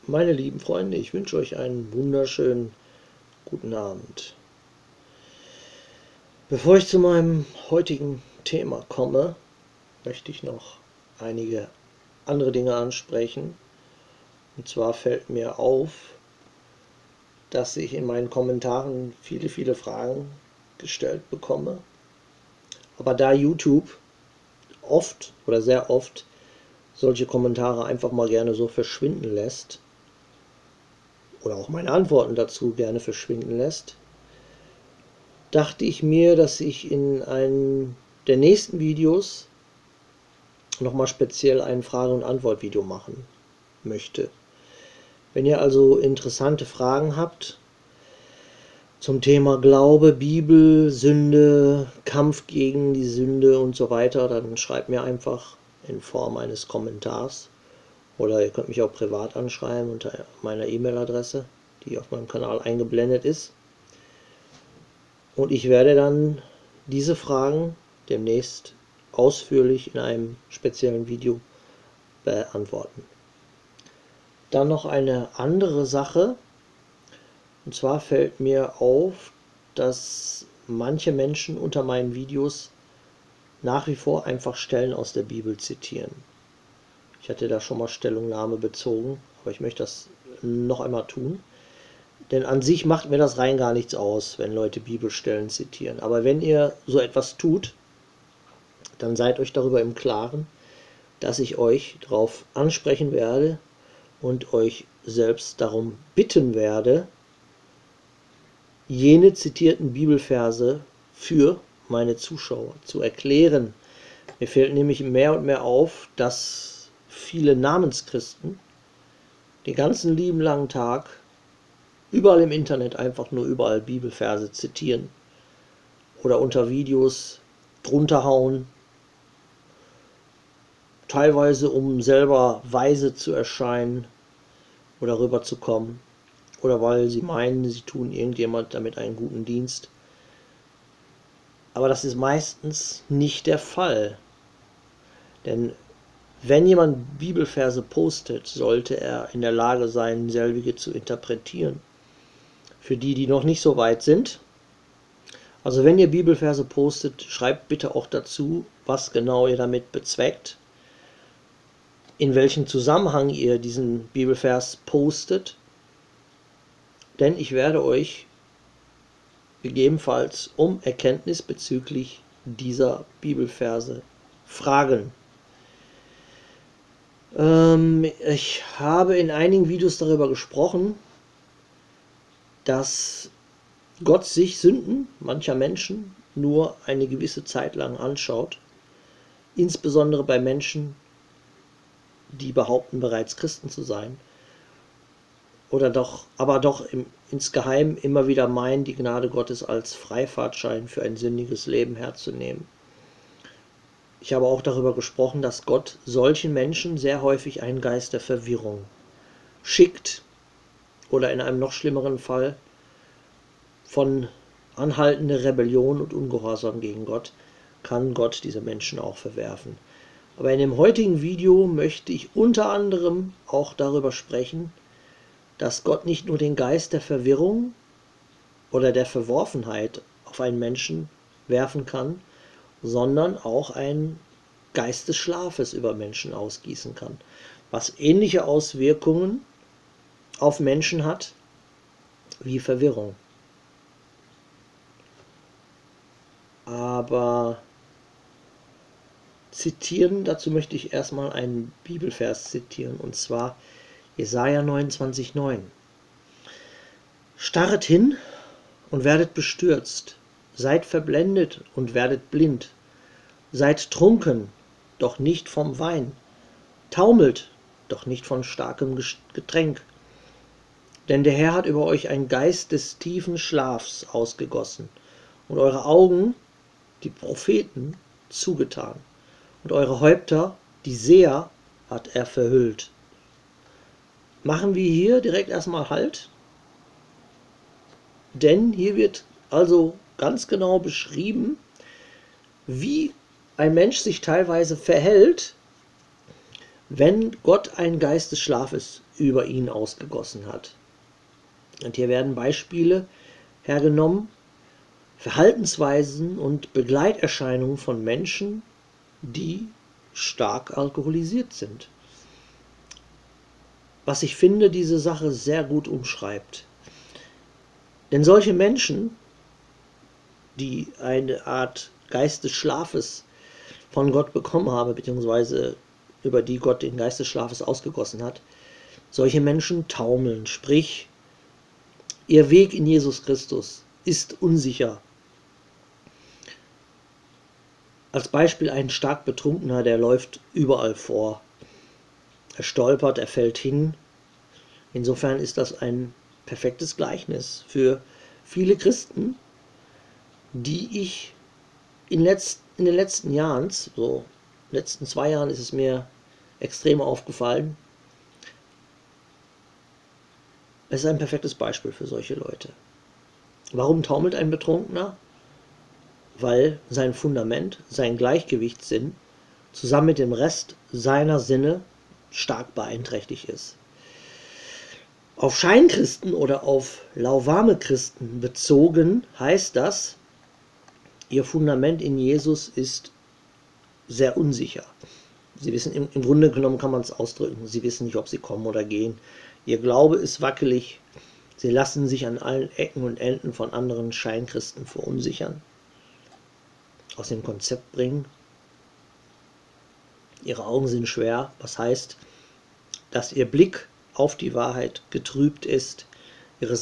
Meine lieben Freunde, ich wünsche euch einen wunderschönen guten Abend. Bevor ich zu meinem heutigen Thema komme, möchte ich noch einige andere Dinge ansprechen. Und zwar fällt mir auf, dass ich in meinen Kommentaren viele Fragen gestellt bekomme. Aber da YouTube oft oder sehr oft solche Kommentare einfach mal gerne so verschwinden lässt, oder auch meine Antworten dazu gerne verschwinden lässt, dachte ich mir, dass ich in einem der nächsten Videos nochmal speziell ein Frage- und Antwort-Video machen möchte. Wenn ihr also interessante Fragen habt zum Thema Glaube, Bibel, Sünde, Kampf gegen die Sünde und so weiter, dann schreibt mir einfach in Form eines Kommentars. Oder ihr könnt mich auch privat anschreiben unter meiner E-Mail-Adresse, die auf meinem Kanal eingeblendet ist. Und ich werde dann diese Fragen demnächst ausführlich in einem speziellen Video beantworten. Dann noch eine andere Sache. Und zwar fällt mir auf, dass manche Menschen unter meinen Videos nach wie vor einfach Stellen aus der Bibel zitieren. Ich hatte da schon mal Stellungnahme bezogen, aber ich möchte das noch einmal tun. Denn an sich macht mir das rein gar nichts aus, wenn Leute Bibelstellen zitieren. Aber wenn ihr so etwas tut, dann seid euch darüber im Klaren, dass ich euch darauf ansprechen werde und euch selbst darum bitten werde, jene zitierten Bibelverse für meine Zuschauer zu erklären. Mir fällt nämlich mehr und mehr auf, dass viele Namenschristen den ganzen lieben langen Tag überall im Internet einfach nur überall Bibelverse zitieren oder unter Videos drunter hauen, teilweise um selber weise zu erscheinen oder rüberzukommen oder weil sie meinen, sie tun irgendjemand damit einen guten Dienst. Aber das ist meistens nicht der Fall. Denn wenn jemand Bibelverse postet, sollte er in der Lage sein, selbige zu interpretieren. Für die, die noch nicht so weit sind. Also wenn ihr Bibelverse postet, schreibt bitte auch dazu, was genau ihr damit bezweckt, in welchem Zusammenhang ihr diesen Bibelvers postet, denn ich werde euch gegebenenfalls um Erkenntnis bezüglich dieser Bibelverse fragen. Ich habe in einigen Videos darüber gesprochen, dass Gott sich Sünden mancher Menschen nur eine gewisse Zeit lang anschaut, insbesondere bei Menschen, die behaupten, bereits Christen zu sein, oder aber doch insgeheim immer wieder meinen, die Gnade Gottes als Freifahrtschein für ein sündiges Leben herzunehmen. Ich habe auch darüber gesprochen, dass Gott solchen Menschen sehr häufig einen Geist der Verwirrung schickt oder in einem noch schlimmeren Fall von anhaltender Rebellion und Ungehorsam gegen Gott kann Gott diese Menschen auch verwerfen. Aber in dem heutigen Video möchte ich unter anderem auch darüber sprechen, dass Gott nicht nur den Geist der Verwirrung oder der Verworfenheit auf einen Menschen werfen kann, sondern auch einen Geist des Schlafes über Menschen ausgießen kann, was ähnliche Auswirkungen auf Menschen hat wie Verwirrung. Aber zitieren, dazu möchte ich erstmal einen Bibelvers zitieren, und zwar Jesaja 29,9. Starret hin und werdet bestürzt, seid verblendet und werdet blind, seid trunken, doch nicht vom Wein, taumelt, doch nicht von starkem Getränk. Denn der Herr hat über euch einen Geist des tiefen Schlafs ausgegossen und eure Augen, die Propheten, zugetan, und eure Häupter, die Seher, hat er verhüllt. Machen wir hier direkt erstmal Halt, denn hier wird also ganz genau beschrieben, wie ein Mensch sich teilweise verhält, wenn Gott einen Geist des Schlafes über ihn ausgegossen hat. Und hier werden Beispiele hergenommen, Verhaltensweisen und Begleiterscheinungen von Menschen, die stark alkoholisiert sind. Was ich finde, diese Sache sehr gut umschreibt. Denn solche Menschen, die eine Art Geist des Schlafes von Gott bekommen haben, beziehungsweise über die Gott den Geist des Schlafes ausgegossen hat, solche Menschen taumeln, sprich, ihr Weg in Jesus Christus ist unsicher. Als Beispiel ein stark Betrunkener, der läuft überall vor. Er stolpert, er fällt hin. Insofern ist das ein perfektes Gleichnis für viele Christen, die ich in den letzten Jahren, so letzten 2 Jahren ist es mir extrem aufgefallen. Es ist ein perfektes Beispiel für solche Leute. Warum taumelt ein Betrunkener? Weil sein Fundament, sein Gleichgewichtssinn zusammen mit dem Rest seiner Sinne stark beeinträchtigt ist. Auf Scheinchristen oder auf lauwarme Christen bezogen heißt das, ihr Fundament in Jesus ist sehr unsicher. Sie wissen, im Grunde genommen kann man es ausdrücken, sie wissen nicht, ob sie kommen oder gehen. Ihr Glaube ist wackelig, sie lassen sich an allen Ecken und Enden von anderen Scheinchristen verunsichern, aus dem Konzept bringen. Ihre Augen sind schwer, was heißt, dass ihr Blick auf die Wahrheit getrübt ist. Ihre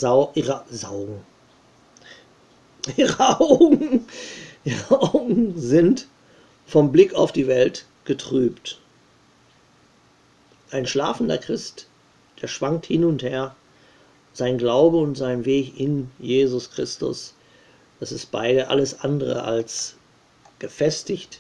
Augen sind vom Blick auf die Welt getrübt. Ein schlafender Christ, der schwankt hin und her. Sein Glaube und sein Weg in Jesus Christus, das ist beide alles andere als gefestigt.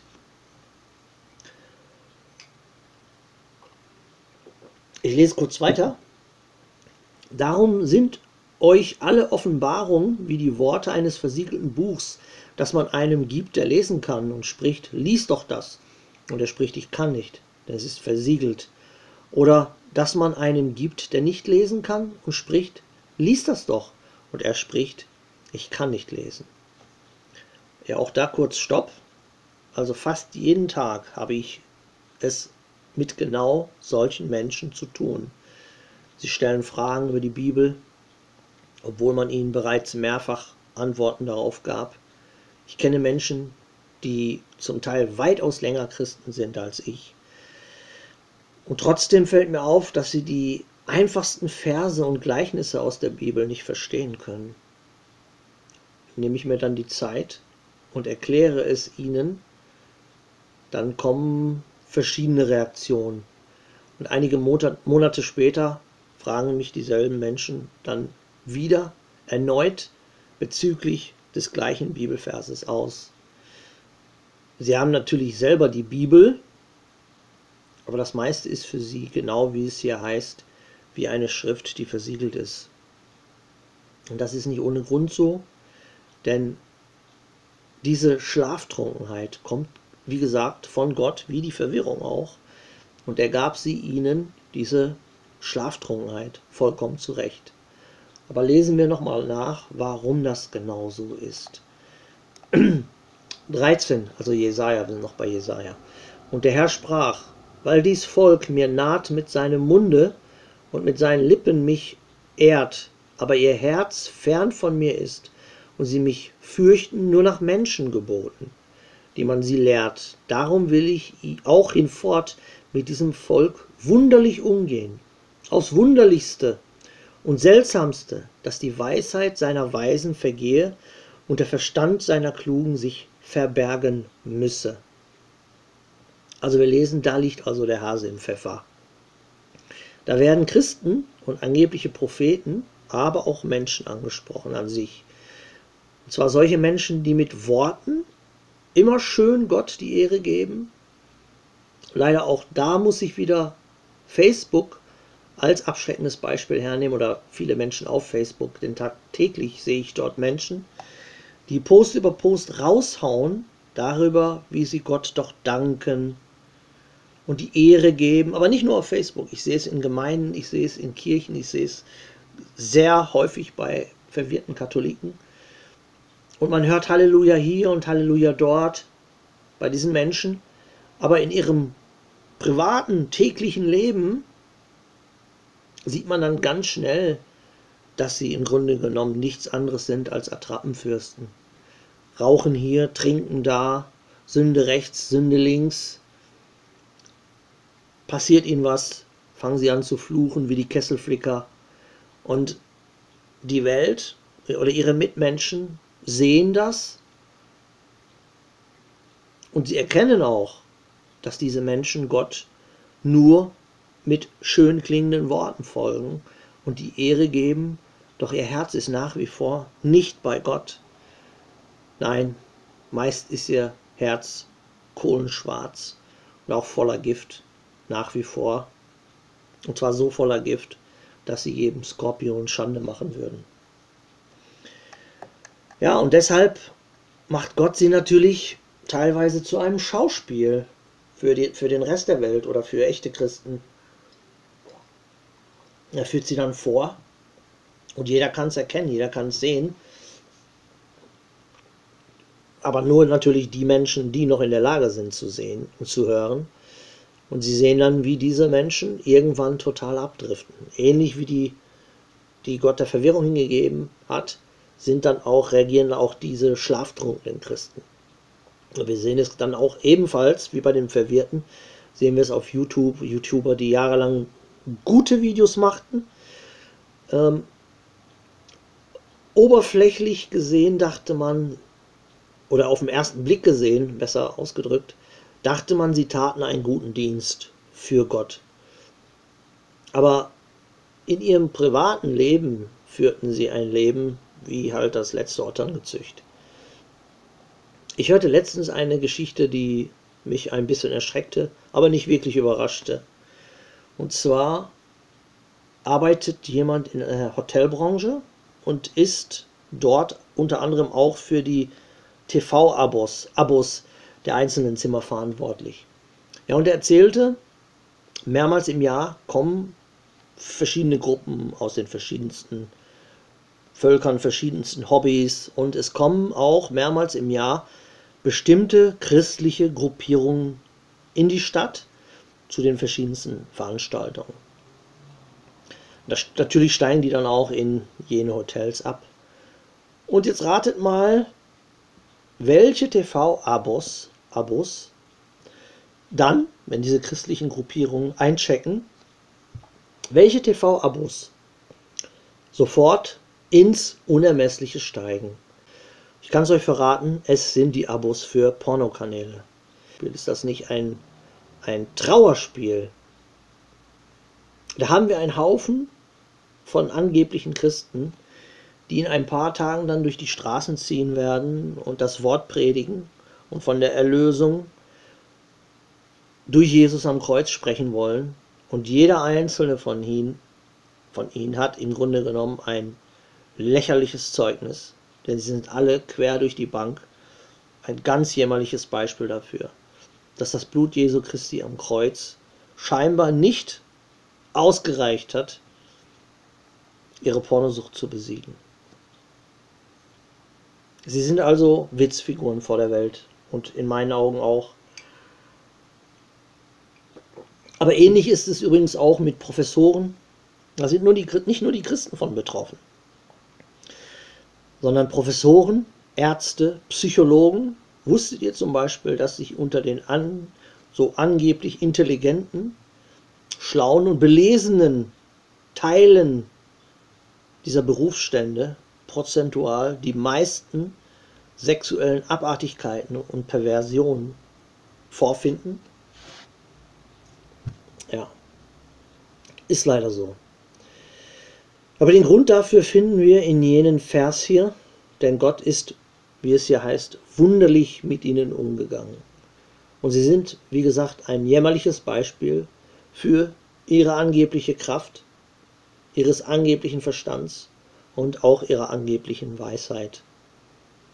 Ich lese kurz weiter. Darum sind euch alle Offenbarungen wie die Worte eines versiegelten Buchs, das man einem gibt, der lesen kann und spricht, lies doch das. Und er spricht, ich kann nicht, denn es ist versiegelt. Oder dass man einem gibt, der nicht lesen kann und spricht, lies das doch. Und er spricht, ich kann nicht lesen. Ja, auch da kurz Stopp. Also fast jeden Tag habe ich es mit genau solchen Menschen zu tun. Sie stellen Fragen über die Bibel, obwohl man ihnen bereits mehrfach Antworten darauf gab. Ich kenne Menschen, die zum Teil weitaus länger Christen sind als ich. Und trotzdem fällt mir auf, dass sie die einfachsten Verse und Gleichnisse aus der Bibel nicht verstehen können. Nehme ich mir dann die Zeit und erkläre es ihnen, dann kommen verschiedene Reaktionen. Und einige Monate später fragen mich dieselben Menschen dann wieder erneut bezüglich des gleichen Bibelverses aus. Sie haben natürlich selber die Bibel, aber das meiste ist für sie, genau wie es hier heißt, wie eine Schrift, die versiegelt ist. Und das ist nicht ohne Grund so, denn diese Schlaftrunkenheit kommt, wie gesagt, von Gott, wie die Verwirrung auch. Und er gab sie ihnen, diese Schlaftrunkenheit, vollkommen zurecht. Aber lesen wir nochmal nach, warum das genau so ist. 13, also Jesaja, wir sind noch bei Jesaja. Und der Herr sprach, weil dies Volk mir naht mit seinem Munde und mit seinen Lippen mich ehrt, aber ihr Herz fern von mir ist und sie mich fürchten nur nach Menschengeboten, die man sie lehrt. Darum will ich auch hinfort mit diesem Volk wunderlich umgehen, aufs Wunderlichste und Seltsamste, dass die Weisheit seiner Weisen vergehe und der Verstand seiner Klugen sich verbergen müsse. Also wir lesen, da liegt also der Hase im Pfeffer. Da werden Christen und angebliche Propheten, aber auch Menschen angesprochen an sich. Und zwar solche Menschen, die mit Worten immer schön Gott die Ehre geben. Leider auch da muss ich wieder Facebook als abschreckendes Beispiel hernehmen oder viele Menschen auf Facebook, denn tagtäglich sehe ich dort Menschen, die Post über Post raushauen darüber, wie sie Gott doch danken, und die Ehre geben, aber nicht nur auf Facebook. Ich sehe es in Gemeinden, ich sehe es in Kirchen, ich sehe es sehr häufig bei verwirrten Katholiken. Und man hört Halleluja hier und Halleluja dort bei diesen Menschen, aber in ihrem privaten, täglichen Leben sieht man dann ganz schnell, dass sie im Grunde genommen nichts anderes sind als Attrappenfürsten. Rauchen hier, trinken da, Sünde rechts, Sünde links. Passiert ihnen was, fangen sie an zu fluchen wie die Kesselflicker. Und die Welt oder ihre Mitmenschen sehen das und sie erkennen auch, dass diese Menschen Gott nur mit schön klingenden Worten folgen und die Ehre geben, doch ihr Herz ist nach wie vor nicht bei Gott. Nein, meist ist ihr Herz kohlenschwarz und auch voller Gift nach wie vor. Und zwar so voller Gift, dass sie jedem Skorpion Schande machen würden. Ja, und deshalb macht Gott sie natürlich teilweise zu einem Schauspiel für den Rest der Welt oder für echte Christen. Er führt sie dann vor und jeder kann es erkennen, jeder kann es sehen. Aber nur natürlich die Menschen, die noch in der Lage sind zu sehen und zu hören. Und sie sehen dann, wie diese Menschen irgendwann total abdriften. Ähnlich wie die Gott der Verwirrung hingegeben hat, reagieren auch diese schlaftrunkenen Christen. Und wir sehen es dann auch ebenfalls, wie bei den Verwirrten, sehen wir es auf YouTube, YouTuber, die jahrelang gute Videos machten. Oberflächlich gesehen dachte man, oder auf den ersten Blick gesehen, besser ausgedrückt, dachte man, sie taten einen guten Dienst für Gott. Aber in ihrem privaten Leben führten sie ein Leben wie halt das letzte Otterngezücht. Ich hörte letztens eine Geschichte, die mich ein bisschen erschreckte, aber nicht wirklich überraschte. Und zwar arbeitet jemand in der Hotelbranche und ist dort unter anderem auch für die TV-Abos der einzelnen Zimmer verantwortlich. Ja, und er erzählte, mehrmals im Jahr kommen verschiedene Gruppen aus den verschiedensten Völkern, verschiedensten Hobbys und es kommen auch mehrmals im Jahr bestimmte christliche Gruppierungen in die Stadt zu den verschiedensten Veranstaltungen. Natürlich steigen die dann auch in jene Hotels ab. Und jetzt ratet mal, welche TV-Abos dann, wenn diese christlichen Gruppierungen einchecken, welche TV-Abos sofort ins Unermessliche steigen. Ich kann es euch verraten, es sind die Abos für Pornokanäle. Ist das nicht ein Trauerspiel? Da haben wir einen Haufen von angeblichen Christen, die in ein paar Tagen dann durch die Straßen ziehen werden und das Wort predigen und von der Erlösung durch Jesus am Kreuz sprechen wollen. Und jeder einzelne von ihnen hat im Grunde genommen ein lächerliches Zeugnis, denn sie sind alle quer durch die Bank ein ganz jämmerliches Beispiel dafür, dass das Blut Jesu Christi am Kreuz scheinbar nicht ausgereicht hat, ihre Pornosucht zu besiegen. Sie sind also Witzfiguren vor der Welt und in meinen Augen auch. Aber ähnlich ist es übrigens auch mit Professoren. Da sind nicht nur die Christen von betroffen, sondern Professoren, Ärzte, Psychologen. Wusstet ihr zum Beispiel, dass sich unter den so angeblich intelligenten, schlauen und belesenen Teilen dieser Berufsstände prozentual die meisten sexuellen Abartigkeiten und Perversionen vorfinden? Ja, ist leider so. Aber den Grund dafür finden wir in jenen Vers hier, denn Gott ist, wie es hier heißt, wunderlich mit ihnen umgegangen. Und sie sind, wie gesagt, ein jämmerliches Beispiel für ihre angebliche Kraft, ihres angeblichen Verstands und auch ihrer angeblichen Weisheit.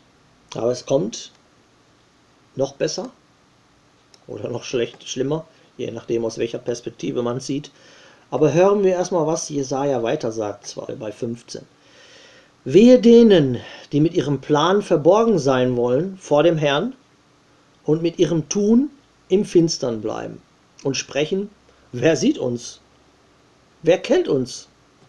Aber es kommt noch besser oder noch schlimmer. je nachdem aus welcher Perspektive man sieht. Aber hören wir erstmal, was Jesaja weiter sagt, zwar bei 15. Wehe denen, die mit ihrem Plan verborgen sein wollen vor dem Herrn und mit ihrem Tun im Finstern bleiben und sprechen, wer sieht uns? Wer kennt uns?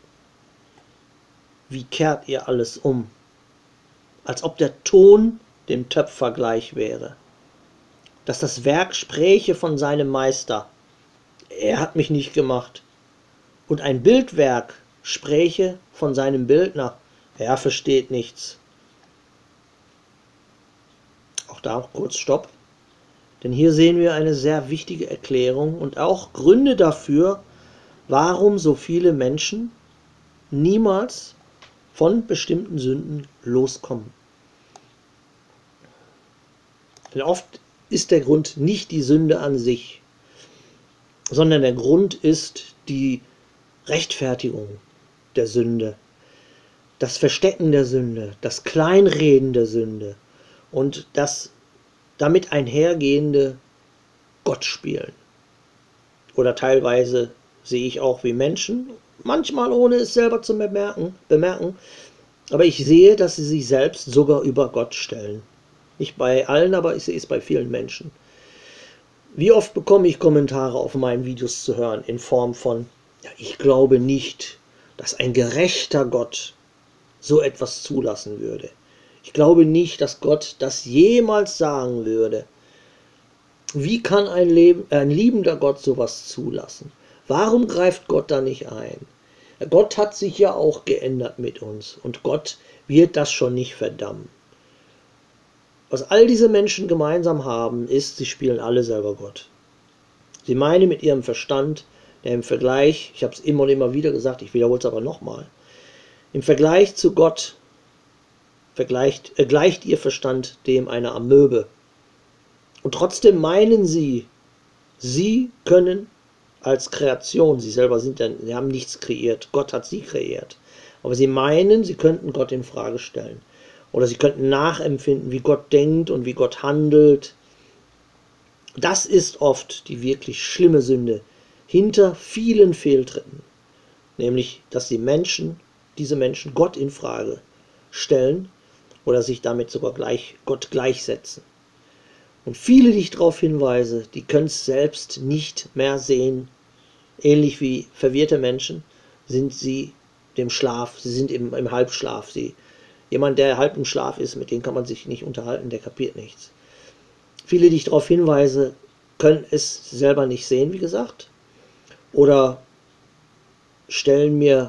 Wie kehrt ihr alles um? Als ob der Ton dem Töpfer gleich wäre, dass das Werk spräche von seinem Meister. Er hat mich nicht gemacht. Und ein Bildwerk spräche von seinem Bildner. Er versteht nichts. Auch da kurz Stopp. Denn hier sehen wir eine sehr wichtige Erklärung und auch Gründe dafür, warum so viele Menschen niemals von bestimmten Sünden loskommen. Denn oft ist der Grund nicht die Sünde an sich, sondern der Grund ist die Rechtfertigung der Sünde, das Verstecken der Sünde, das Kleinreden der Sünde und das damit einhergehende Gottspielen. Oder teilweise sehe ich auch wie Menschen, manchmal ohne es selber zu bemerken, aber ich sehe, dass sie sich selbst sogar über Gott stellen. Nicht bei allen, aber ich sehe es bei vielen Menschen. Wie oft bekomme ich Kommentare auf meinen Videos zu hören in Form von, ja, ich glaube nicht, dass ein gerechter Gott so etwas zulassen würde. Ich glaube nicht, dass Gott das jemals sagen würde. Wie kann ein liebender Gott sowas zulassen? Warum greift Gott da nicht ein? Gott hat sich ja auch geändert mit uns und Gott wird das schon nicht verdammen. Was all diese Menschen gemeinsam haben, ist, sie spielen alle selber Gott. Sie meinen mit ihrem Verstand, der im Vergleich, ich habe es immer und immer wieder gesagt, ich wiederhole es aber nochmal, im Vergleich zu Gott gleicht ihr Verstand dem einer Amöbe. Und trotzdem meinen sie, sie können als Kreation, sie selber sie haben nichts kreiert, Gott hat sie kreiert. Aber sie meinen, sie könnten Gott in Frage stellen. Oder sie könnten nachempfinden, wie Gott denkt und wie Gott handelt. Das ist oft die wirklich schlimme Sünde hinter vielen Fehltritten. Nämlich, dass diese Menschen Gott in Frage stellen oder sich damit sogar Gott gleichsetzen. Und viele, die ich darauf hinweise, die können es selbst nicht mehr sehen. Ähnlich wie verwirrte Menschen sind sie dem Schlaf, sie sind im Halbschlaf. Jemand, der halb im Schlaf ist, mit dem kann man sich nicht unterhalten, der kapiert nichts. Viele, die ich darauf hinweise, können es selber nicht sehen, wie gesagt, oder stellen mir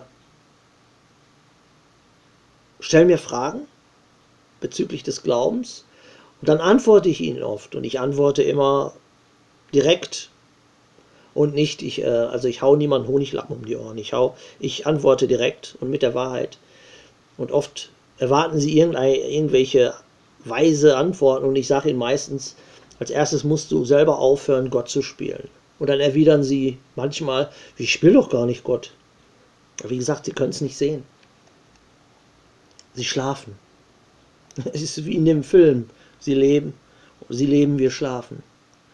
Fragen bezüglich des Glaubens und dann antworte ich ihnen oft und ich antworte immer direkt und nicht, ich hau niemanden Honiglappen um die Ohren, ich antworte direkt und mit der Wahrheit und oft erwarten sie irgendwelche weise Antworten und ich sage ihnen meistens, als erstes musst du selber aufhören, Gott zu spielen. Und dann erwidern sie manchmal, ich spiele doch gar nicht Gott. Aber wie gesagt, sie können es nicht sehen. Sie schlafen. Es ist wie in dem Film. Sie leben, wir schlafen.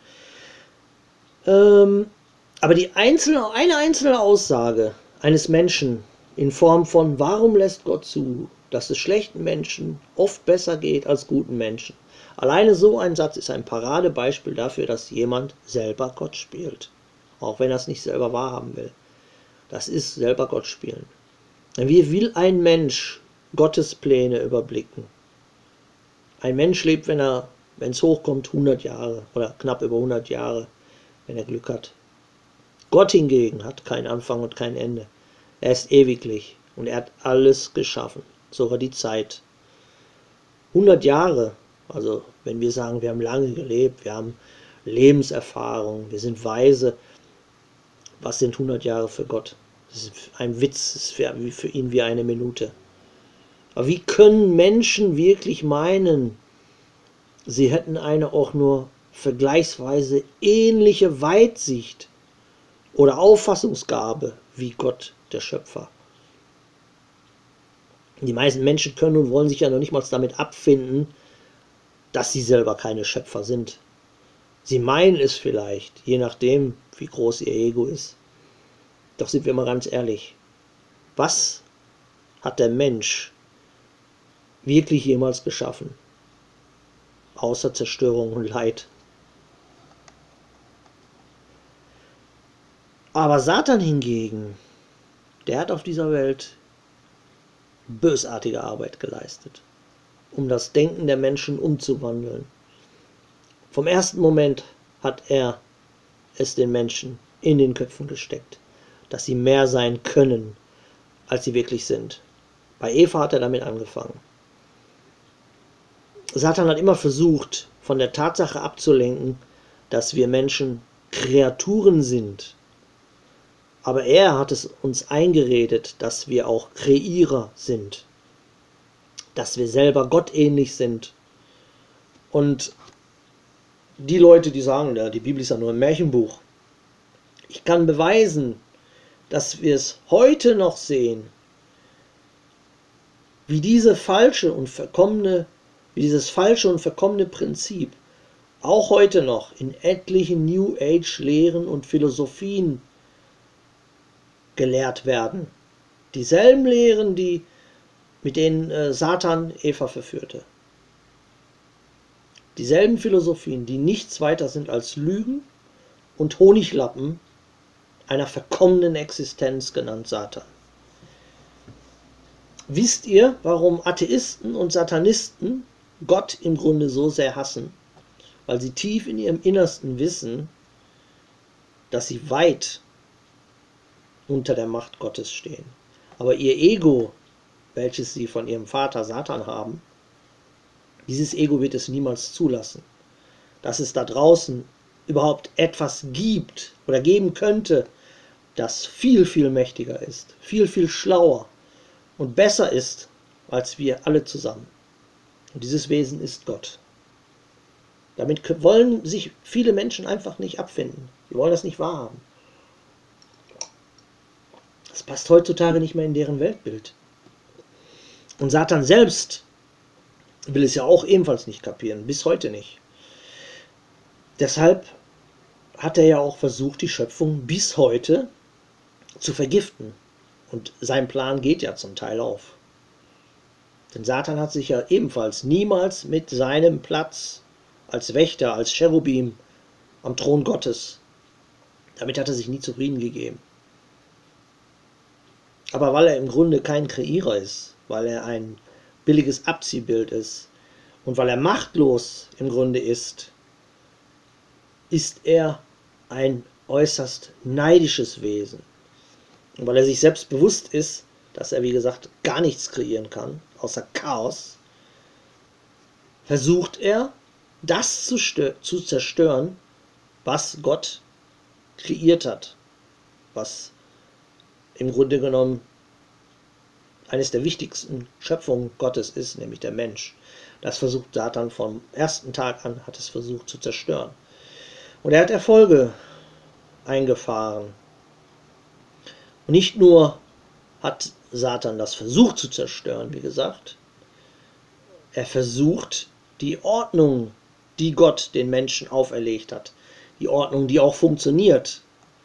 Aber eine einzelne Aussage eines Menschen in Form von, warum lässt Gott zu, dass es schlechten Menschen oft besser geht als guten Menschen. Alleine so ein Satz ist ein Paradebeispiel dafür, dass jemand selber Gott spielt. Auch wenn er es nicht selber wahrhaben will. Das ist selber Gott spielen. Wie will ein Mensch Gottes Pläne überblicken? Ein Mensch lebt, wenn es hochkommt, 100 Jahre oder knapp über 100 Jahre, wenn er Glück hat. Gott hingegen hat keinen Anfang und kein Ende. Er ist ewiglich und er hat alles geschaffen, sogar die Zeit. 100 Jahre, also wenn wir sagen, wir haben lange gelebt, wir haben Lebenserfahrung, wir sind weise, was sind 100 Jahre für Gott? Das ist ein Witz, das wäre für ihn wie eine Minute. Aber wie können Menschen wirklich meinen, sie hätten eine auch nur vergleichsweise ähnliche Weitsicht oder Auffassungsgabe wie Gott, der Schöpfer? Die meisten Menschen können und wollen sich ja noch nicht mal damit abfinden, dass sie selber keine Schöpfer sind. Sie meinen es vielleicht, je nachdem, wie groß ihr Ego ist. Doch sind wir mal ganz ehrlich, was hat der Mensch wirklich jemals geschaffen? Außer Zerstörung und Leid. Aber Satan hingegen, der hat auf dieser Welt bösartige Arbeit geleistet, um das Denken der Menschen umzuwandeln. Vom ersten Moment hat er es den Menschen in den Köpfen gesteckt, dass sie mehr sein können, als sie wirklich sind. Bei Eva hat er damit angefangen. Satan hat immer versucht, von der Tatsache abzulenken, dass wir Menschen Kreaturen sind. Aber er hat es uns eingeredet, dass wir auch Kreierer sind, dass wir selber gottähnlich sind. Und die Leute, die sagen, ja, die Bibel ist ja nur ein Märchenbuch. Ich kann beweisen, dass wir es heute noch sehen, wie dieses falsche und verkommene Prinzip auch heute noch in etlichen New Age Lehren und Philosophien gelehrt werden. Dieselben Lehren, mit denen Satan Eva verführte. Dieselben Philosophien, die nichts weiter sind als Lügen und Honiglappen einer verkommenen Existenz, genannt Satan. Wisst ihr, warum Atheisten und Satanisten Gott im Grunde so sehr hassen? Weil sie tief in ihrem Innersten wissen, dass sie weit unter der Macht Gottes stehen. Aber ihr Ego, welches sie von ihrem Vater Satan haben, dieses Ego wird es niemals zulassen, dass es da draußen überhaupt etwas gibt oder geben könnte, das viel, viel mächtiger ist, viel, viel schlauer und besser ist als wir alle zusammen. Und dieses Wesen ist Gott. Damit wollen sich viele Menschen einfach nicht abfinden. Die wollen das nicht wahrhaben. Das passt heutzutage nicht mehr in deren Weltbild. Und Satan selbst will es ja auch ebenfalls nicht kapieren, bis heute nicht. Deshalb hat er ja auch versucht, die Schöpfung bis heute zu vergiften. Und sein Plan geht ja zum Teil auf. Denn Satan hat sich ja ebenfalls niemals mit seinem Platz als Wächter, als Cherubim am Thron Gottes, damit hat er sich nie zufrieden gegeben. Aber weil er im Grunde kein Kreierer ist, weil er ein billiges Abziehbild ist und weil er machtlos im Grunde ist, ist er ein äußerst neidisches Wesen. Und weil er sich selbst bewusst ist, dass er, wie gesagt, gar nichts kreieren kann, außer Chaos, versucht er, das zu zerstören, was Gott kreiert hat, was im Grunde genommen eines der wichtigsten Schöpfungen Gottes ist, nämlich der Mensch. Das versucht Satan vom ersten Tag an, hat es versucht zu zerstören. Und er hat Erfolge eingefahren. Und nicht nur hat Satan das versucht zu zerstören, wie gesagt, er versucht die Ordnung, die Gott den Menschen auferlegt hat, die Ordnung, die auch funktioniert,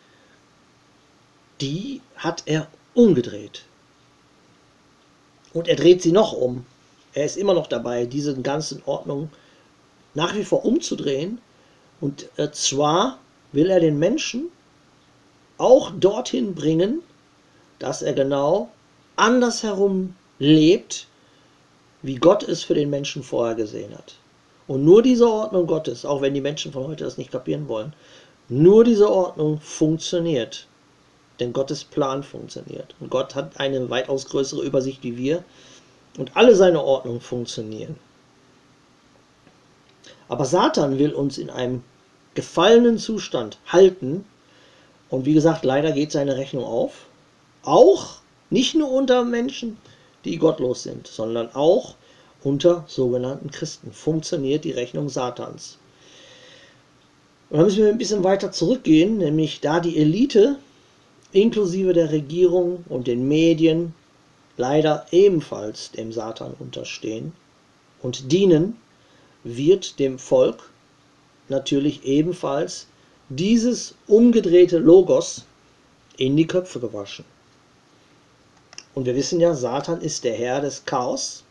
die hat er umgedreht. Und er dreht sie noch um. Er ist immer noch dabei, diese ganzen Ordnungen nach wie vor umzudrehen. Und zwar will er den Menschen auch dorthin bringen, dass er genau andersherum lebt, wie Gott es für den Menschen vorher gesehen hat. Und nur diese Ordnung Gottes, auch wenn die Menschen von heute das nicht kapieren wollen, nur diese Ordnung funktioniert. Denn Gottes Plan funktioniert. Und Gott hat eine weitaus größere Übersicht wie wir. Und alle seine Ordnungen funktionieren. Aber Satan will uns in einem gefallenen Zustand halten. Und wie gesagt, leider geht seine Rechnung auf. Auch nicht nur unter Menschen, die gottlos sind, sondern auch unter sogenannten Christen funktioniert die Rechnung Satans. Und da müssen wir ein bisschen weiter zurückgehen, nämlich da die Elite inklusive der Regierung und den Medien leider ebenfalls dem Satan unterstehen und dienen, wird dem Volk natürlich ebenfalls dieses umgedrehte Logos in die Köpfe gewaschen. Und wir wissen ja, Satan ist der Herr des Chaos.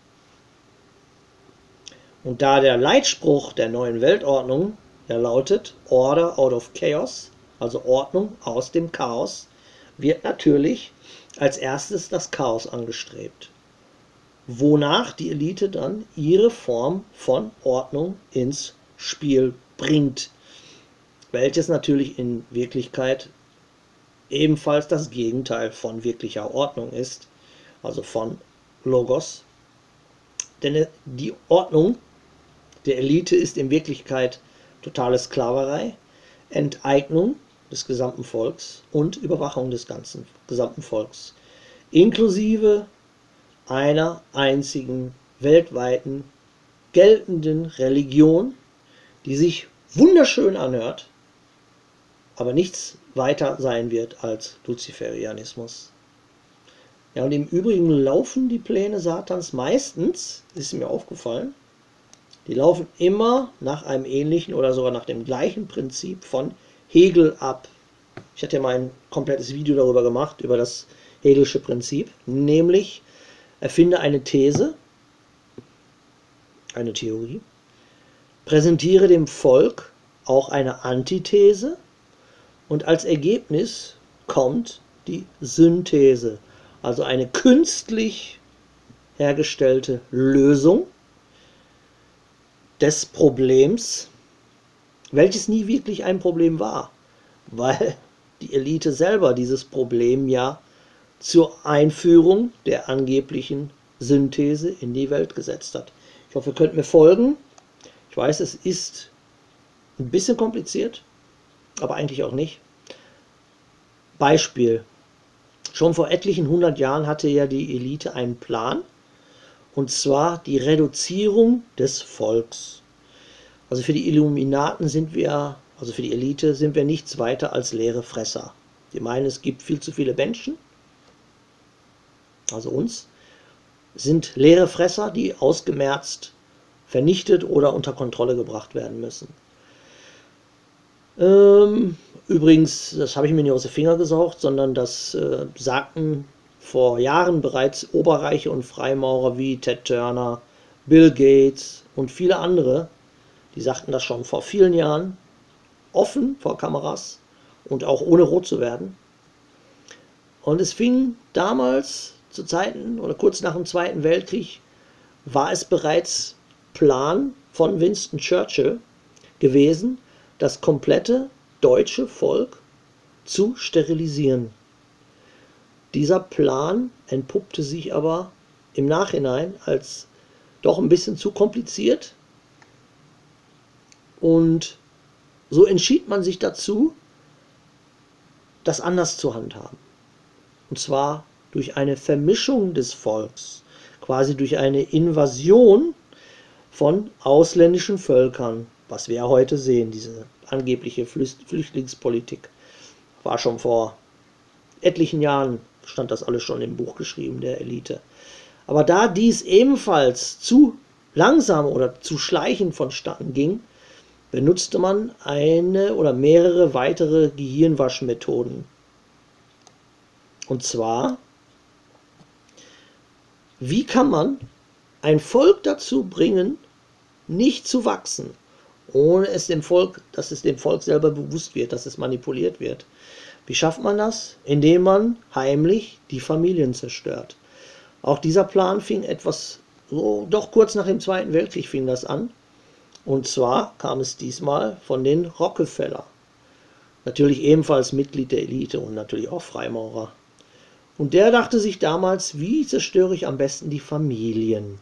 Und da der Leitspruch der neuen Weltordnung ja lautet, Order out of Chaos, also Ordnung aus dem Chaos, wird natürlich als erstes das Chaos angestrebt, wonach die Elite dann ihre Form von Ordnung ins Spiel bringt, welches natürlich in Wirklichkeit ebenfalls das Gegenteil von wirklicher Ordnung ist, also von Logos. Denn die Ordnung der Elite ist in Wirklichkeit totale Sklaverei, Enteignung des gesamten Volks und Überwachung des gesamten Volks, inklusive einer einzigen weltweiten geltenden Religion, die sich wunderschön anhört, aber nichts weiter sein wird als Luziferianismus. Ja, und im Übrigen laufen die Pläne Satans meistens, ist mir aufgefallen, die laufen immer nach einem ähnlichen oder sogar nach dem gleichen Prinzip von Hegel ab. Ich hatte ja mal ein komplettes Video darüber gemacht, über das Hegelsche Prinzip, nämlich erfinde eine These, eine Theorie, präsentiere dem Volk auch eine Antithese und als Ergebnis kommt die Synthese, also eine künstlich hergestellte Lösung des Problems, welches nie wirklich ein Problem war, weil die Elite selber dieses Problem ja zur Einführung der angeblichen Synthese in die Welt gesetzt hat. Ich hoffe, ihr könnt mir folgen. Ich weiß, es ist ein bisschen kompliziert, aber eigentlich auch nicht. Beispiel. Schon vor etlichen 100 Jahren hatte ja die Elite einen Plan, und zwar die Reduzierung des Volks. Also für die Illuminaten sind wir, also für die Elite, sind wir nichts weiter als leere Fresser. Die meinen, es gibt viel zu viele Menschen, also uns, sind leere Fresser, die ausgemerzt, vernichtet oder unter Kontrolle gebracht werden müssen. Übrigens, das habe ich mir nicht aus den Fingern gesaugt, sondern das sagten vor Jahren bereits Oberreiche und Freimaurer wie Ted Turner, Bill Gates und viele andere. Die sagten das schon vor vielen Jahren, offen vor Kameras und auch ohne rot zu werden. Und es fing damals zu Zeiten oder kurz nach dem Zweiten Weltkrieg, war es bereits Plan von Winston Churchill gewesen, das komplette deutsche Volk zu sterilisieren. Dieser Plan entpuppte sich aber im Nachhinein als doch ein bisschen zu kompliziert. Und so entschied man sich dazu, das anders zu handhaben. Und zwar durch eine Vermischung des Volks, quasi durch eine Invasion von ausländischen Völkern, was wir heute sehen, diese angebliche Flüchtlingspolitik. War schon vor etlichen Jahren, stand das alles schon im Buch geschrieben, der Elite. Aber da dies ebenfalls zu langsam oder zu schleichend vonstatten ging, benutzte man eine oder mehrere weitere Gehirnwaschmethoden. Und zwar, wie kann man ein Volk dazu bringen, nicht zu wachsen, ohne dass es dem Volk selber bewusst wird, dass es manipuliert wird. Wie schafft man das? Indem man heimlich die Familien zerstört. Auch dieser Plan fing doch kurz nach dem Zweiten Weltkrieg fing das an. Und zwar kam es diesmal von den Rockefeller. Natürlich ebenfalls Mitglied der Elite und natürlich auch Freimaurer. Und der dachte sich damals, wie zerstöre ich am besten die Familien?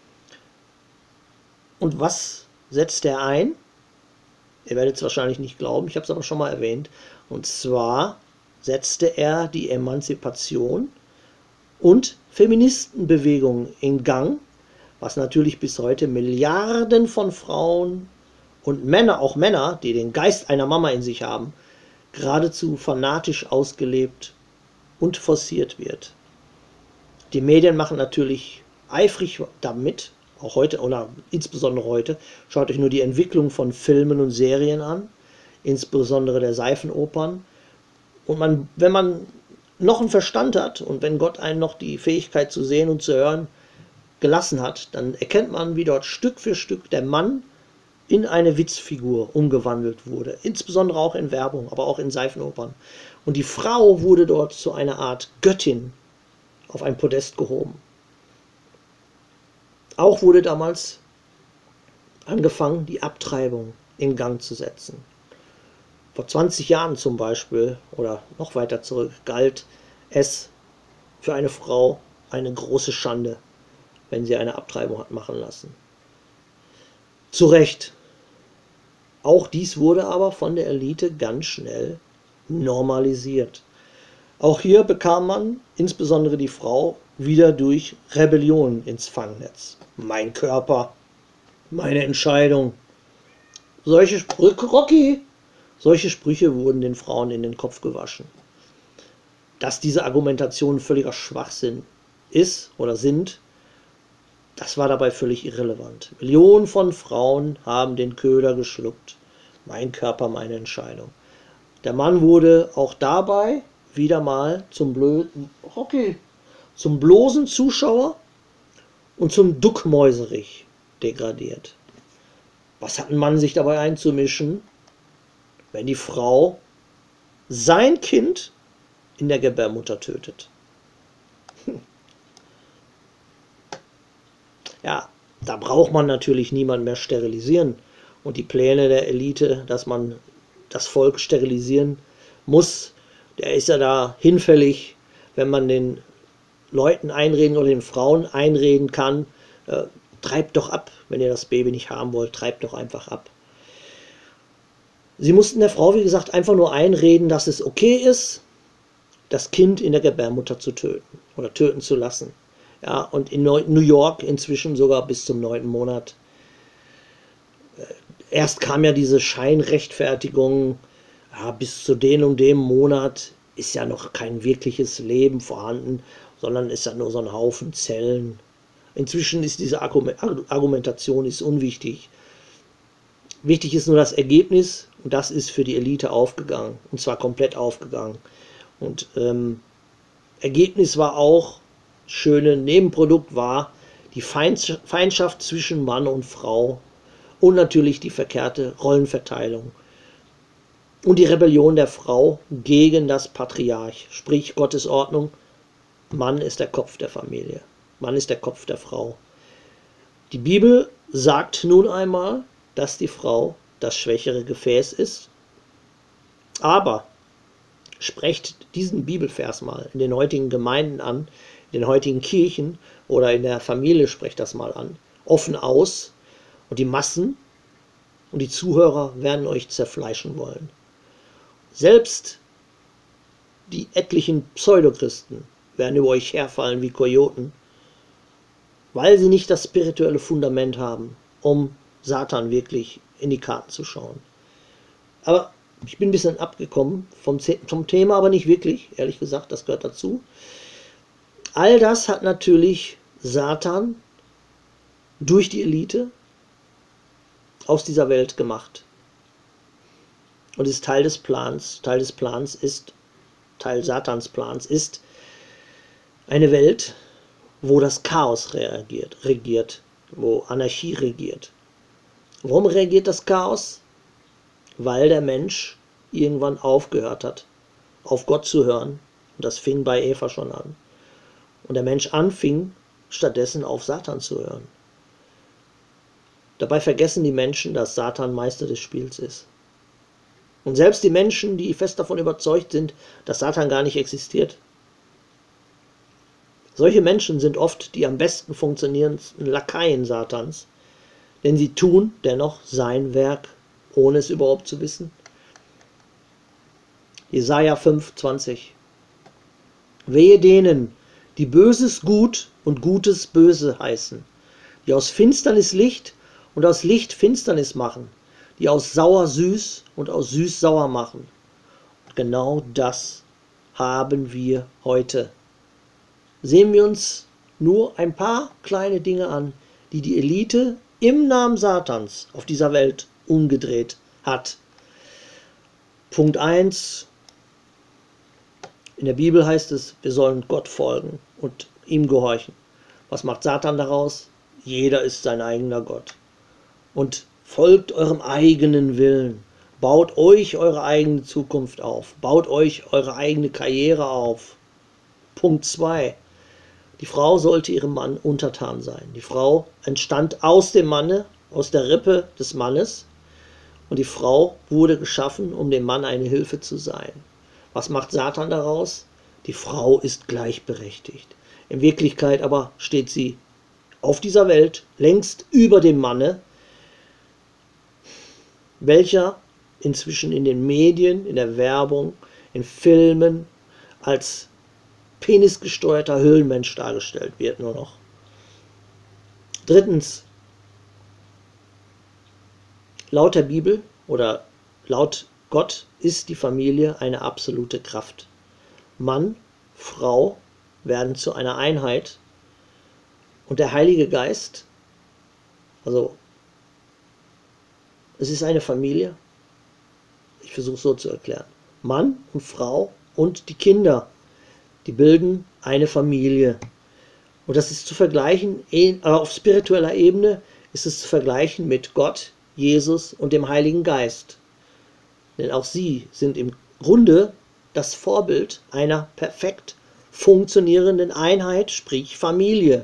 Und was setzt er ein? Ihr werdet es wahrscheinlich nicht glauben, ich habe es aber schon mal erwähnt. Und zwar setzte er die Emanzipation und Feministenbewegung in Gang, was natürlich bis heute Milliarden von Frauen und Männer, auch Männer, die den Geist einer Mama in sich haben, geradezu fanatisch ausgelebt und forciert wird. Die Medien machen natürlich eifrig damit, auch heute oder insbesondere heute. Schaut euch nur die Entwicklung von Filmen und Serien an. insbesondere der Seifenopern. Und wenn man noch einen Verstand hat und wenn Gott einen noch die Fähigkeit zu sehen und zu hören gelassen hat, dann erkennt man, wie dort Stück für Stück der Mann in eine Witzfigur umgewandelt wurde. Insbesondere auch in Werbung, aber auch in Seifenopern. Und die Frau wurde dort zu einer Art Göttin auf ein Podest gehoben. Auch wurde damals angefangen, die Abtreibung in Gang zu setzen. Vor 20 Jahren zum Beispiel, oder noch weiter zurück, galt es für eine Frau eine große Schande, wenn sie eine Abtreibung hat machen lassen. Zu Recht. Auch dies wurde aber von der Elite ganz schnell normalisiert. Auch hier bekam man, insbesondere die Frau, wieder durch Rebellion ins Fangnetz. Mein Körper, meine Entscheidung. Solche Sprüche wurden den Frauen in den Kopf gewaschen. Dass diese Argumentation völliger Schwachsinn ist oder sind, das war dabei völlig irrelevant. Millionen von Frauen haben den Köder geschluckt. Mein Körper, meine Entscheidung. Der Mann wurde auch dabei wieder mal zum bloßen Zuschauer und zum Duckmäuserich degradiert. Was hat ein Mann sich dabei einzumischen, wenn die Frau sein Kind in der Gebärmutter tötet? Ja, da braucht man natürlich niemanden mehr sterilisieren. Und die Pläne der Elite, dass man das Volk sterilisieren muss, der ist ja da hinfällig, wenn man den Leuten einreden oder den Frauen einreden kann, treibt doch ab, wenn ihr das Baby nicht haben wollt, treibt doch einfach ab. Sie mussten der Frau, wie gesagt, einfach nur einreden, dass es okay ist, das Kind in der Gebärmutter zu töten oder töten zu lassen. Ja, und in New York inzwischen sogar bis zum 9. Monat. Erst kam ja diese Scheinrechtfertigung, ja, bis zu dem und dem Monat ist ja noch kein wirkliches Leben vorhanden, sondern ist ja nur so ein Haufen Zellen. Inzwischen ist diese Argumentation ist unwichtig. Wichtig ist nur das Ergebnis und das ist für die Elite aufgegangen und zwar komplett aufgegangen. Und Ergebnis war auch, schöne Nebenprodukt war die Feindschaft zwischen Mann und Frau und natürlich die verkehrte Rollenverteilung und die Rebellion der Frau gegen das Patriarch, sprich Gottes Ordnung. Mann ist der Kopf der Familie, Mann ist der Kopf der Frau. Die Bibel sagt nun einmal, dass die Frau das schwächere Gefäß ist, aber sprecht diesen Bibelvers mal in den heutigen Gemeinden an, in den heutigen Kirchen oder in der Familie, sprecht das mal an, offen aus und die Massen und die Zuhörer werden euch zerfleischen wollen. Selbst die etlichen Pseudochristen werden über euch herfallen wie Kojoten, weil sie nicht das spirituelle Fundament haben, um Satan wirklich in die Karten zu schauen. Aber ich bin ein bisschen abgekommen vom Thema, aber nicht wirklich, ehrlich gesagt, das gehört dazu. All das hat natürlich Satan durch die Elite aus dieser Welt gemacht. Und ist Teil des Plans, Teil Satans Plans ist eine Welt, wo das Chaos regiert, wo Anarchie regiert. Warum regiert das Chaos? Weil der Mensch irgendwann aufgehört hat, auf Gott zu hören. Und das fing bei Eva schon an. Und der Mensch anfing, stattdessen auf Satan zu hören. Dabei vergessen die Menschen, dass Satan Meister des Spiels ist. Und selbst die Menschen, die fest davon überzeugt sind, dass Satan gar nicht existiert. Solche Menschen sind oft die am besten funktionierendsten Lakaien Satans, denn sie tun dennoch sein Werk, ohne es überhaupt zu wissen. Jesaja 5,20. Wehe denen, die Böses gut und Gutes böse heißen, die aus Finsternis Licht und aus Licht Finsternis machen, die aus sauer süß und aus süß sauer machen. Und genau das haben wir heute. Sehen wir uns nur ein paar kleine Dinge an, die die Elite im Namen Satans auf dieser Welt umgedreht hat. Punkt 1, in der Bibel heißt es, wir sollen Gott folgen und ihm gehorchen. Was macht Satan daraus? Jeder ist sein eigener Gott. Und folgt eurem eigenen Willen. Baut euch eure eigene Zukunft auf. Baut euch eure eigene Karriere auf. Punkt 2. Die Frau sollte ihrem Mann untertan sein. Die Frau entstand aus dem Manne, aus der Rippe des Mannes. Und die Frau wurde geschaffen, um dem Mann eine Hilfe zu sein. Was macht Satan daraus? Die Frau ist gleichberechtigt. In Wirklichkeit aber steht sie auf dieser Welt längst über dem Manne, welcher inzwischen in den Medien, in der Werbung, in Filmen als penisgesteuerter Höhlenmensch dargestellt wird nur noch. Drittens, laut der Bibel oder laut Gott ist die Familie eine absolute Kraft. Mann, Frau werden zu einer Einheit und der Heilige Geist, also es ist eine Familie, ich versuche es so zu erklären. Mann und Frau und die Kinder, die bilden eine Familie. Und das ist zu vergleichen, auf spiritueller Ebene ist es zu vergleichen mit Gott, Jesus und dem Heiligen Geist. Denn auch sie sind im Grunde das Vorbild einer perfekt funktionierenden Einheit, sprich Familie.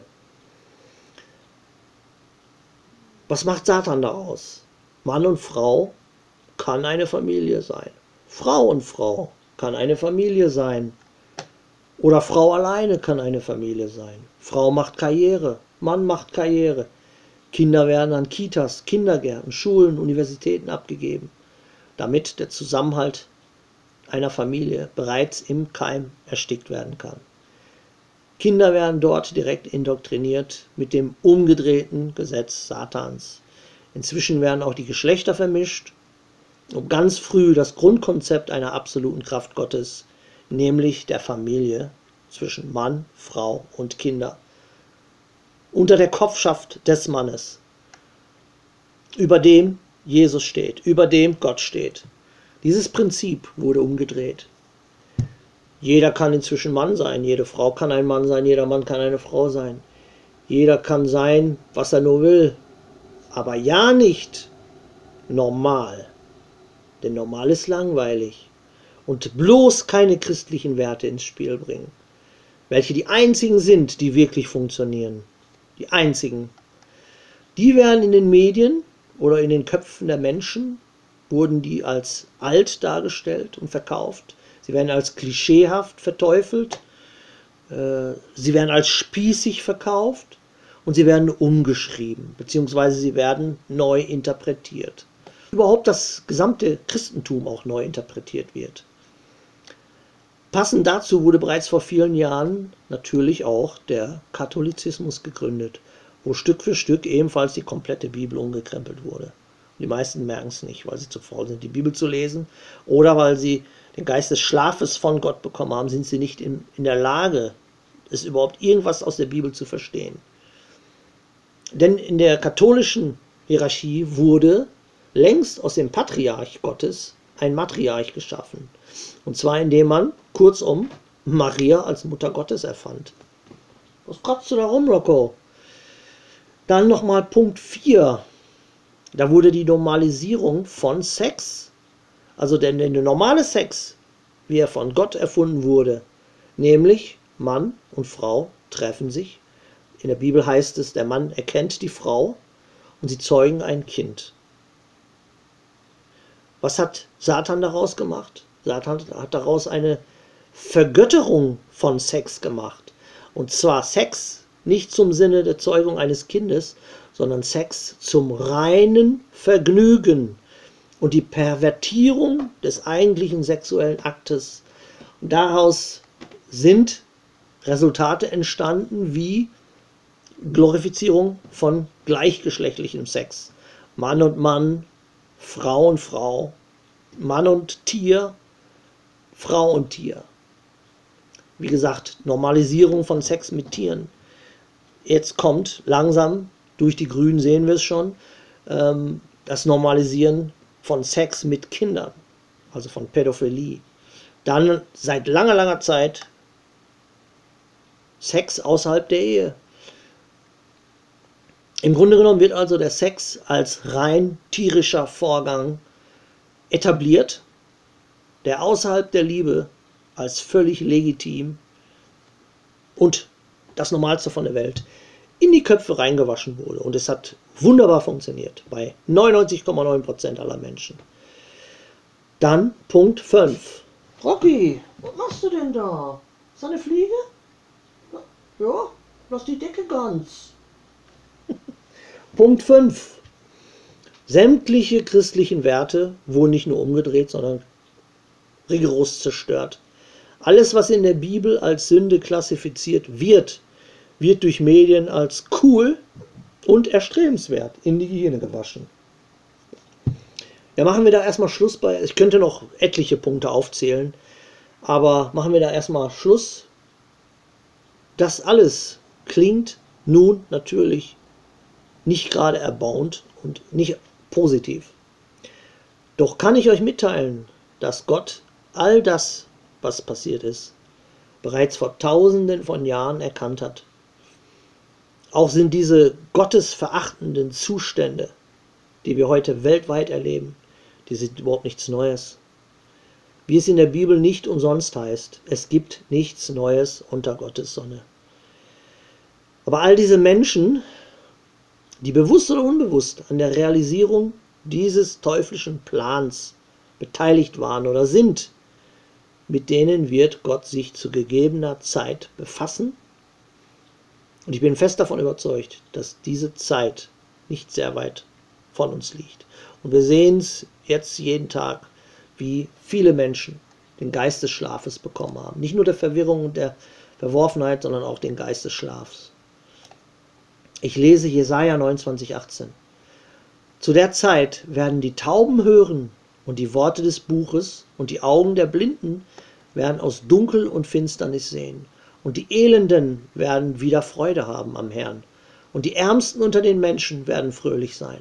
Was macht Satan daraus? Mann und Frau kann eine Familie sein. Frau und Frau kann eine Familie sein. Oder Frau alleine kann eine Familie sein. Frau macht Karriere, Mann macht Karriere. Kinder werden an Kitas, Kindergärten, Schulen, Universitäten abgegeben, damit der Zusammenhalt einer Familie bereits im Keim erstickt werden kann. Kinder werden dort direkt indoktriniert mit dem umgedrehten Gesetz Satans. Inzwischen werden auch die Geschlechter vermischt, um ganz früh das Grundkonzept einer absoluten Kraft Gottes, nämlich der Familie zwischen Mann, Frau und Kinder, unter der Kopfschaft des Mannes, über dem Jesus steht, über dem Gott steht. Dieses Prinzip wurde umgedreht. Jeder kann inzwischen Mann sein, jede Frau kann ein Mann sein, jeder Mann kann eine Frau sein. Jeder kann sein, was er nur will, aber ja nicht normal. Denn normal ist langweilig und bloß keine christlichen Werte ins Spiel bringen, welche die einzigen sind, die wirklich funktionieren. Die einzigen. Die werden in den Medien oder in den Köpfen der Menschen, wurden die als alt dargestellt und verkauft. Sie werden als klischeehaft verteufelt. Sie werden als spießig verkauft und sie werden umgeschrieben, beziehungsweise sie werden neu interpretiert. Überhaupt das gesamte Christentum auch neu interpretiert wird. Passend dazu wurde bereits vor vielen Jahren natürlich auch der Katholizismus gegründet, wo Stück für Stück ebenfalls die komplette Bibel umgekrempelt wurde. Die meisten merken es nicht, weil sie zu faul sind, die Bibel zu lesen, oder weil sie den Geist des Schlafes von Gott bekommen haben, sind sie nicht in der Lage, es überhaupt irgendwas aus der Bibel zu verstehen. Denn in der katholischen Hierarchie wurde längst aus dem Patriarch Gottes ein Matriarch geschaffen. Und zwar indem man, kurzum, Maria als Mutter Gottes erfand. Was kratzt du da rum, Rocco? Dann nochmal Punkt 4. Da wurde die Normalisierung von Sex, also der normale Sex, wie er von Gott erfunden wurde, nämlich Mann und Frau treffen sich. In der Bibel heißt es, der Mann erkennt die Frau und sie zeugen ein Kind. Was hat Satan daraus gemacht? Satan hat daraus eine Vergötterung von Sex gemacht. Und zwar Sex nicht zum Sinne der Zeugung eines Kindes, sondern Sex zum reinen Vergnügen und die Pervertierung des eigentlichen sexuellen Aktes. Und daraus sind Resultate entstanden wie Glorifizierung von gleichgeschlechtlichem Sex. Mann und Mann, Frau und Frau, Mann und Tier, Frau und Tier. Wie gesagt, Normalisierung von Sex mit Tieren. Jetzt kommt langsam, durch die Grünen sehen wir es schon, das Normalisieren von Sex mit Kindern. also von Pädophilie. Dann seit langer, langer Zeit Sex außerhalb der Ehe. Im Grunde genommen wird also der Sex als rein tierischer Vorgang etabliert, der außerhalb der Liebe als völlig legitim und das Normalste von der Welt in die Köpfe reingewaschen wurde. Und es hat wunderbar funktioniert bei 99,9% aller Menschen. Dann Punkt 5. Rocky, was machst du denn da? Ist das eine Fliege? Ja, lass die Decke ganz. Punkt 5. Sämtliche christlichen Werte wurden nicht nur umgedreht, sondern rigoros zerstört. Alles, was in der Bibel als Sünde klassifiziert wird, wird durch Medien als cool und erstrebenswert in die Hygiene gewaschen. Ja, machen wir da erstmal Schluss bei. Ich könnte noch etliche Punkte aufzählen, aber machen wir da erstmal Schluss. Das alles klingt nun natürlich nicht gerade erbauend und nicht positiv. Doch kann ich euch mitteilen, dass Gott all das, was passiert ist, bereits vor Tausenden von Jahren erkannt hat. Auch sind diese gottesverachtenden Zustände, die wir heute weltweit erleben, die sind überhaupt nichts Neues. Wie es in der Bibel nicht umsonst heißt, es gibt nichts Neues unter Gottes Sonne. Aber all diese Menschen, die bewusst oder unbewusst an der Realisierung dieses teuflischen Plans beteiligt waren oder sind, mit denen wird Gott sich zu gegebener Zeit befassen. Und ich bin fest davon überzeugt, dass diese Zeit nicht sehr weit von uns liegt. Und wir sehen es jetzt jeden Tag, wie viele Menschen den Geist des Schlafes bekommen haben. Nicht nur der Verwirrung und der Verworfenheit, sondern auch den Geist des Schlafs. Ich lese Jesaja 29,18. Zu der Zeit werden die Tauben hören und die Worte des Buches und die Augen der Blinden werden aus Dunkel und Finsternis sehen. Und die Elenden werden wieder Freude haben am Herrn. Und die Ärmsten unter den Menschen werden fröhlich sein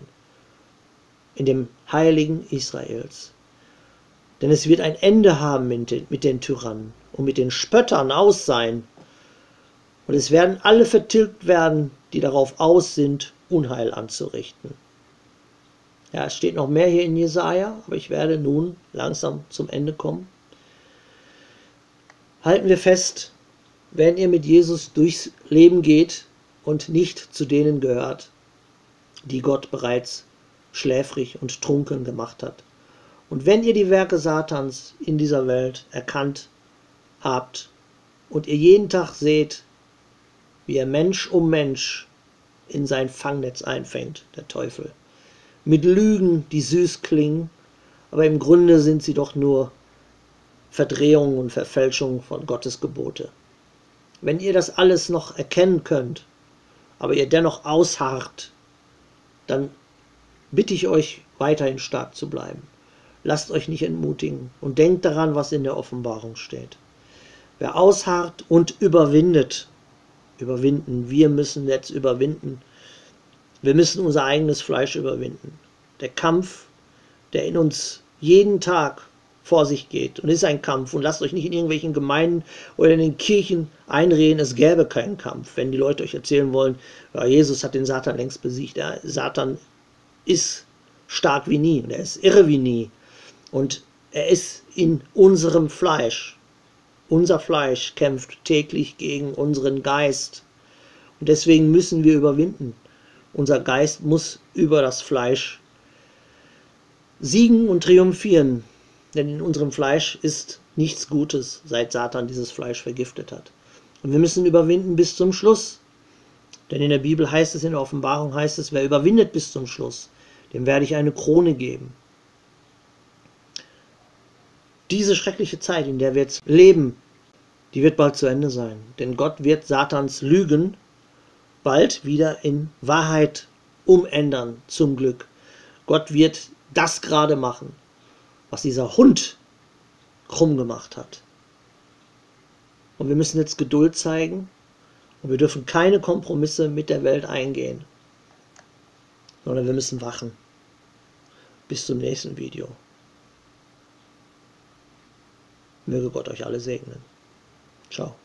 in dem Heiligen Israels. Denn es wird ein Ende haben mit den Tyrannen und mit den Spöttern aus sein. Und es werden alle vertilgt werden, die darauf aus sind, Unheil anzurichten. Ja, es steht noch mehr hier in Jesaja, aber ich werde nun langsam zum Ende kommen. Halten wir fest, wenn ihr mit Jesus durchs Leben geht und nicht zu denen gehört, die Gott bereits schläfrig und trunken gemacht hat. Und wenn ihr die Werke Satans in dieser Welt erkannt habt und ihr jeden Tag seht, wie er Mensch um Mensch in sein Fangnetz einfängt, der Teufel, mit Lügen, die süß klingen, aber im Grunde sind sie doch nur Verdrehungen und Verfälschungen von Gottes Gebote. Wenn ihr das alles noch erkennen könnt, aber ihr dennoch ausharrt, dann bitte ich euch, weiterhin stark zu bleiben. Lasst euch nicht entmutigen und denkt daran, was in der Offenbarung steht. Wer ausharrt und überwindet, wir müssen jetzt überwinden. Wir müssen unser eigenes Fleisch überwinden. Der Kampf, der in uns jeden Tag vor sich geht und ist ein Kampf. Und lasst euch nicht in irgendwelchen Gemeinden oder in den Kirchen einreden, es gäbe keinen Kampf. Wenn die Leute euch erzählen wollen, ja, Jesus hat den Satan längst besiegt. Ja, Satan ist stark wie nie und er ist irre wie nie. Und er ist in unserem Fleisch. Unser Fleisch kämpft täglich gegen unseren Geist. Und deswegen müssen wir überwinden. Unser Geist muss über das Fleisch siegen und triumphieren. Denn in unserem Fleisch ist nichts Gutes, seit Satan dieses Fleisch vergiftet hat. Und wir müssen überwinden bis zum Schluss. Denn in der Bibel heißt es, in der Offenbarung heißt es, wer überwindet bis zum Schluss, dem werde ich eine Krone geben. Diese schreckliche Zeit, in der wir jetzt leben, die wird bald zu Ende sein. Denn Gott wird Satans Lügen bald wieder in Wahrheit umändern, zum Glück. Gott wird das gerade machen, was dieser Hund krumm gemacht hat. Und wir müssen jetzt Geduld zeigen und wir dürfen keine Kompromisse mit der Welt eingehen, sondern wir müssen wachen. Bis zum nächsten Video. Möge Gott euch alle segnen. Ciao.